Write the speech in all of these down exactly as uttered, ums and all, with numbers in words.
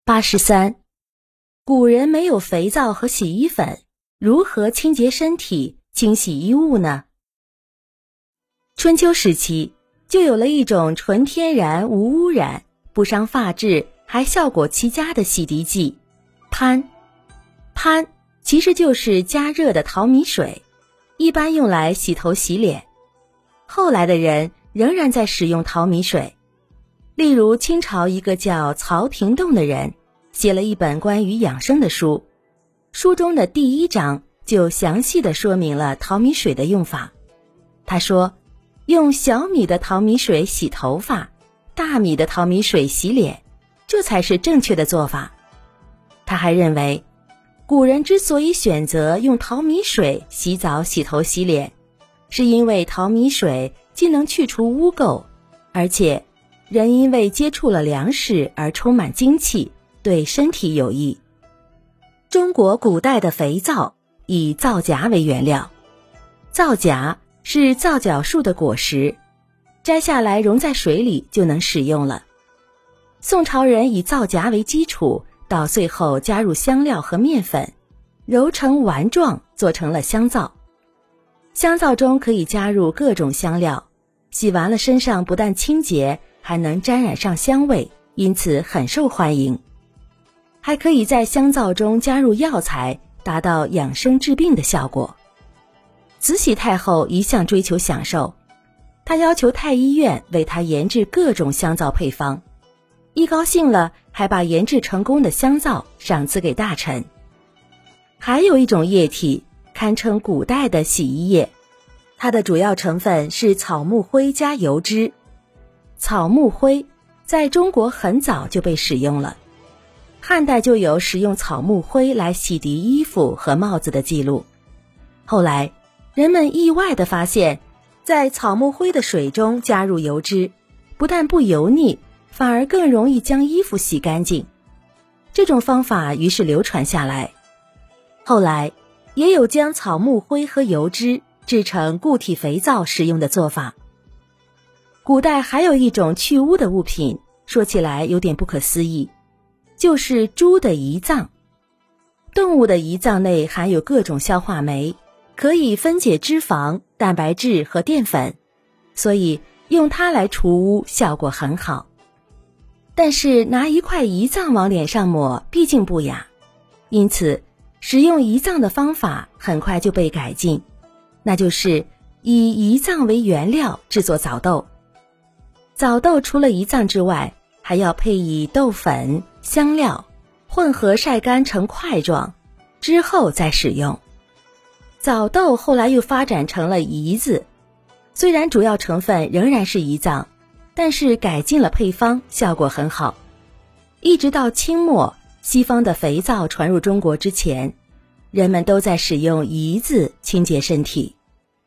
八十三，古人没有肥皂和洗衣粉，如何清洁身体、清洗衣物呢？春秋时期就有了一种纯天然无污染、不伤发质还效果奇佳的洗涤剂——潘。潘其实就是加热的淘米水，一般用来洗头洗脸。后来的人仍然在使用淘米水，例如清朝一个叫曹廷栋的人写了一本关于养生的书，书中的第一章就详细地说明了淘米水的用法。他说，用小米的淘米水洗头发，大米的淘米水洗脸，这才是正确的做法。他还认为，古人之所以选择用淘米水洗澡、洗头、洗脸，是因为淘米水既能去除污垢，而且人因为接触了粮食而充满精气，对身体有益。中国古代的肥皂以皂荚为原料，皂荚是皂角树的果实，摘下来溶在水里就能使用了。宋朝人以皂荚为基础，捣碎后加入香料和面粉，揉成丸状做成了香皂。香皂中可以加入各种香料，洗完了身上不但清洁，还能沾染上香味，因此很受欢迎。还可以在香皂中加入药材，达到养生治病的效果。慈禧太后一向追求享受，她要求太医院为她研制各种香皂配方，一高兴了还把研制成功的香皂赏赐给大臣。还有一种液体堪称古代的洗衣液，它的主要成分是草木灰加油脂。草木灰在中国很早就被使用了，汉代就有使用草木灰来洗涤衣服和帽子的记录。后来人们意外地发现，在草木灰的水中加入油脂，不但不油腻，反而更容易将衣服洗干净。这种方法于是流传下来。后来也有将草木灰和油脂制成固体肥皂使用的做法。古代还有一种去污的物品，说起来有点不可思议，就是猪的胰脏。动物的胰脏内含有各种消化酶，可以分解脂肪、蛋白质和淀粉，所以用它来除污效果很好。但是拿一块胰脏往脸上抹毕竟不雅，因此使用胰脏的方法很快就被改进，那就是以胰脏为原料制作枣豆。枣豆除了胰脏之外，还要配以豆粉、香料，混合晒干成块状，之后再使用。枣豆后来又发展成了胰子，虽然主要成分仍然是胰脏，但是改进了配方，效果很好。一直到清末，西方的肥皂传入中国之前，人们都在使用胰子清洁身体。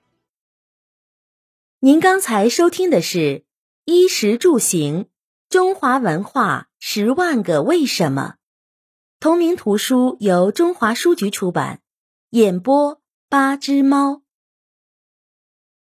您刚才收听的是衣食住行，中华文化十万个为什么，同名图书由中华书局出版，演播八只猫。